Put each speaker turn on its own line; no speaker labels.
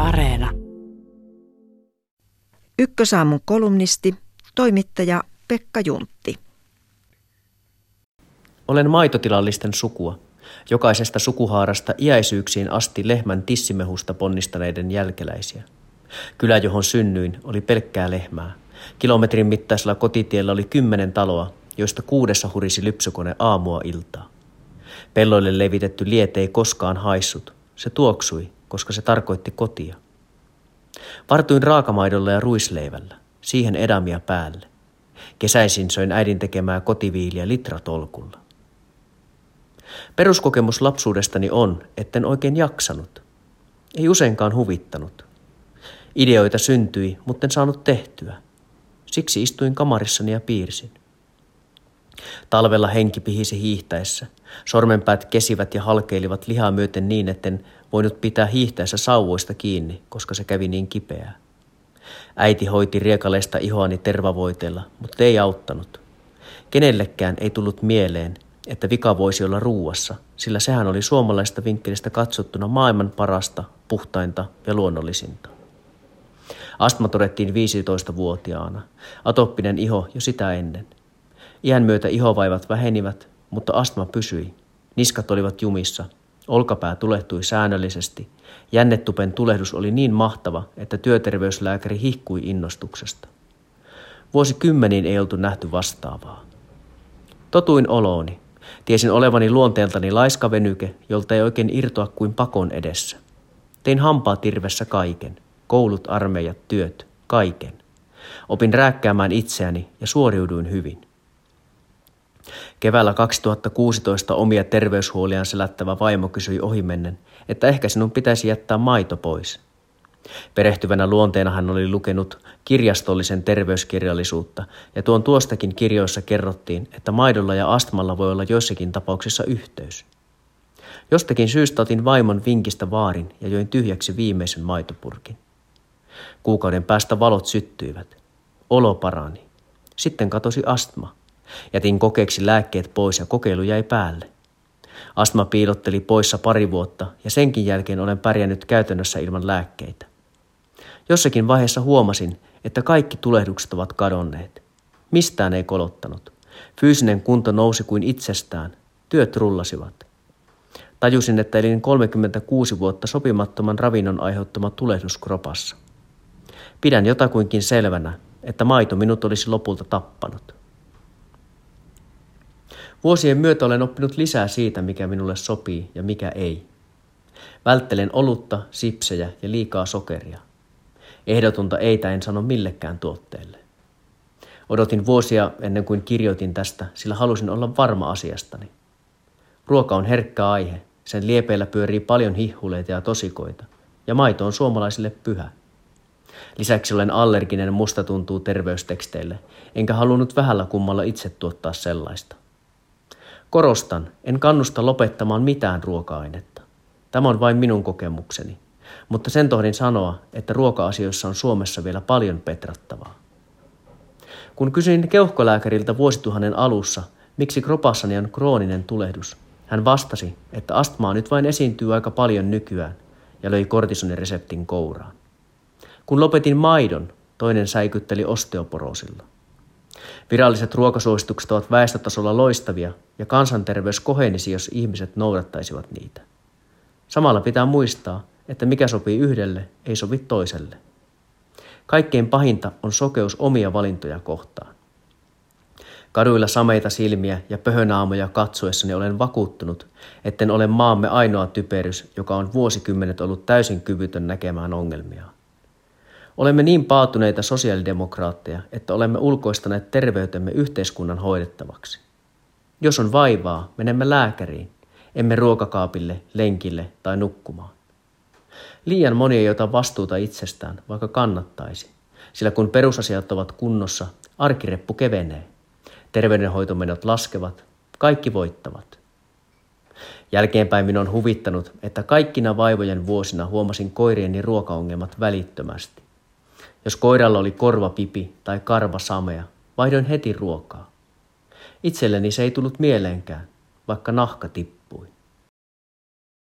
Areena.
Ykkösaamun kolumnisti, toimittaja Pekka Juntti.
Olen maitotilallisten sukua, jokaisesta sukuhaarasta iäisyyksiin asti lehmän tissimehusta ponnistaneiden jälkeläisiä. Kylä, johon synnyin, oli pelkkää lehmää. Kilometrin mittaisella kotitiellä oli 10 taloa, joista 6 hurisi lypsykone aamua iltaa. Pelloille levitetty liete ei koskaan haissut. Se tuoksui, koska se tarkoitti kotia. Vartuin raakamaidolla ja ruisleivällä, siihen edamia päälle. Kesäisin söin äidin tekemää kotiviiliä litratolkulla. Peruskokemus lapsuudestani on, etten oikein jaksanut. Ei useinkaan huvittanut. Ideoita syntyi, mutten saanut tehtyä. Siksi istuin kamarissani ja piirsin. Talvella henki pihisi hiihtäessä. Sormenpäät kesivät ja halkeilivat lihaa myöten niin, etten voinut pitää hiihtäessä sauvoista kiinni, koska se kävi niin kipeää. Äiti hoiti riekaleista ihoani tervavoiteella, mutta ei auttanut. Kenellekään ei tullut mieleen, että vika voisi olla ruuassa, sillä sehän oli suomalaista vinkkelistä katsottuna maailman parasta, puhtainta ja luonnollisinta. Astma todettiin 15-vuotiaana, atoppinen iho jo sitä ennen. Iän myötä ihovaivat vähenivät, mutta astma pysyi. Niskat olivat jumissa, olkapää tulehtui säännöllisesti. Jännetupen tulehdus oli niin mahtava, että työterveyslääkäri hihkui innostuksesta. Vuosikymmeniin ei oltu nähty vastaavaa. Totuin olooni. Tiesin olevani luonteeltani laiska venyke, jolta ei oikein irtoa kuin pakon edessä. Tein hampaatirvessä kaiken. Koulut, armeijat, työt, kaiken. Opin rääkkäämään itseäni ja suoriuduin hyvin. Keväällä 2016 omia terveyshuoliaan selättävä vaimo kysyi ohimennen, että ehkä sinun pitäisi jättää maito pois. Perehtyvänä luonteena hän oli lukenut kirjastollisen terveyskirjallisuutta, ja tuostakin kirjoissa kerrottiin, että maidolla ja astmalla voi olla joissakin tapauksissa yhteys. Jostakin syystä otin vaimon vinkistä vaarin ja join tyhjäksi viimeisen maitopurkin. Kuukauden päästä valot syttyivät. Olo parani. Sitten katosi astma. Jätin kokeeksi lääkkeet pois ja kokeilu jäi päälle. Astma piilotteli poissa 2 vuotta ja senkin jälkeen olen pärjännyt käytännössä ilman lääkkeitä. Jossakin vaiheessa huomasin, että kaikki tulehdukset ovat kadonneet. Mistään ei kolottanut. Fyysinen kunto nousi kuin itsestään. Työt rullasivat. Tajusin, että elin 36 vuotta sopimattoman ravinnon aiheuttama tulehdus kropassa. Pidän jotakuinkin selvänä, että maito minut olisi lopulta tappanut. Vuosien myötä olen oppinut lisää siitä, mikä minulle sopii ja mikä ei. Välttelen olutta, sipsejä ja liikaa sokeria. Ehdotonta eitä en sano millekään tuotteelle. Odotin vuosia ennen kuin kirjoitin tästä, sillä halusin olla varma asiastani. Ruoka on herkkä aihe, sen liepeillä pyörii paljon hihhuleita ja tosikoita, ja maito on suomalaisille pyhä. Lisäksi olen allerginen musta tuntuu terveysteksteille, enkä halunnut vähällä kummalla itse tuottaa sellaista. Korostan, en kannusta lopettamaan mitään ruoka-ainetta. Tämä on vain minun kokemukseni, mutta sen tohdin sanoa, että ruoka-asioissa on Suomessa vielä paljon petrattavaa. Kun kysyin keuhkolääkäriltä vuosituhannen alussa, miksi kropassani on krooninen tulehdus, hän vastasi, että astmaa nyt vain esiintyy aika paljon nykyään ja löi kortisonireseptin kouraan. Kun lopetin maidon, toinen säikytteli osteoporoosilla. Viralliset ruokasuositukset ovat väestötasolla loistavia ja kansanterveys kohenisi, jos ihmiset noudattaisivat niitä. Samalla pitää muistaa, että mikä sopii yhdelle, ei sovi toiselle. Kaikkein pahinta on sokeus omia valintoja kohtaan. Kaduilla sameita silmiä ja pöhönaamoja katsoessani olen vakuuttunut, etten ole maamme ainoa typerys, joka on vuosikymmenet ollut täysin kyvytön näkemään ongelmia. Olemme niin paatuneita sosiaalidemokraatteja, että olemme ulkoistaneet terveytemme yhteiskunnan hoidettavaksi. Jos on vaivaa, menemme lääkäriin, emme ruokakaapille, lenkille tai nukkumaan. Liian moni ei ota vastuuta itsestään, vaikka kannattaisi, sillä kun perusasiat ovat kunnossa, arkireppu kevenee. Terveydenhoitomenot laskevat, kaikki voittavat. Jälkeenpäin minun on huvittanut, että kaikkina vaivojen vuosina huomasin koirieni ruokaongelmat välittömästi. Jos koiralla oli korvapipi tai karva samea, vaihdoin heti ruokaa. Itselleni se ei tullut mieleenkään, vaikka nahka tippui.